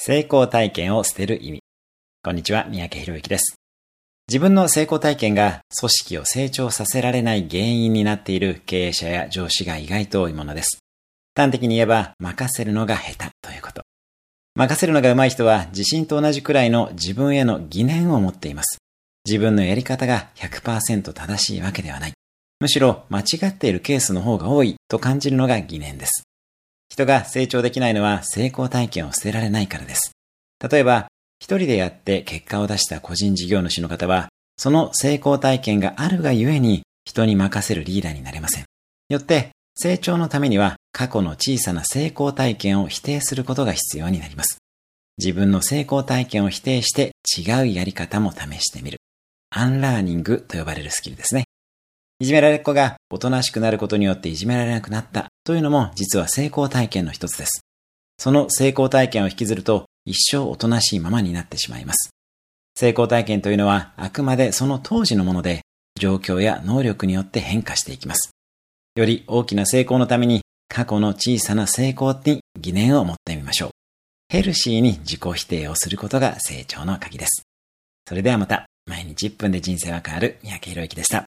成功体験を捨てる意味。こんにちは、三宅宏之です。自分の成功体験が組織を成長させられない原因になっている経営者や上司が意外と多いものです。端的に言えば、任せるのが下手ということ。任せるのが上手い人は自信と同じくらいの自分への疑念を持っています。自分のやり方が 100% 正しいわけではない。むしろ間違っているケースの方が多いと感じるのが疑念です。人が成長できないのは成功体験を捨てられないからです。例えば、一人でやって結果を出した個人事業主の方は、その成功体験があるがゆえに人に任せるリーダーになれません。よって、成長のためには過去の小さな成功体験を否定することが必要になります。自分の成功体験を否定して違うやり方も試してみる。アンラーニングと呼ばれるスキルですね。いじめられっ子がおとなしくなることによっていじめられなくなったというのも実は成功体験の一つです。その成功体験を引きずると一生おとなしいままになってしまいます。成功体験というのはあくまでその当時のもので状況や能力によって変化していきます。より大きな成功のために過去の小さな成功に疑念を持ってみましょう。ヘルシーに自己否定をすることが成長の鍵です。それではまた。毎日1分で人生は変わる三宅宏之でした。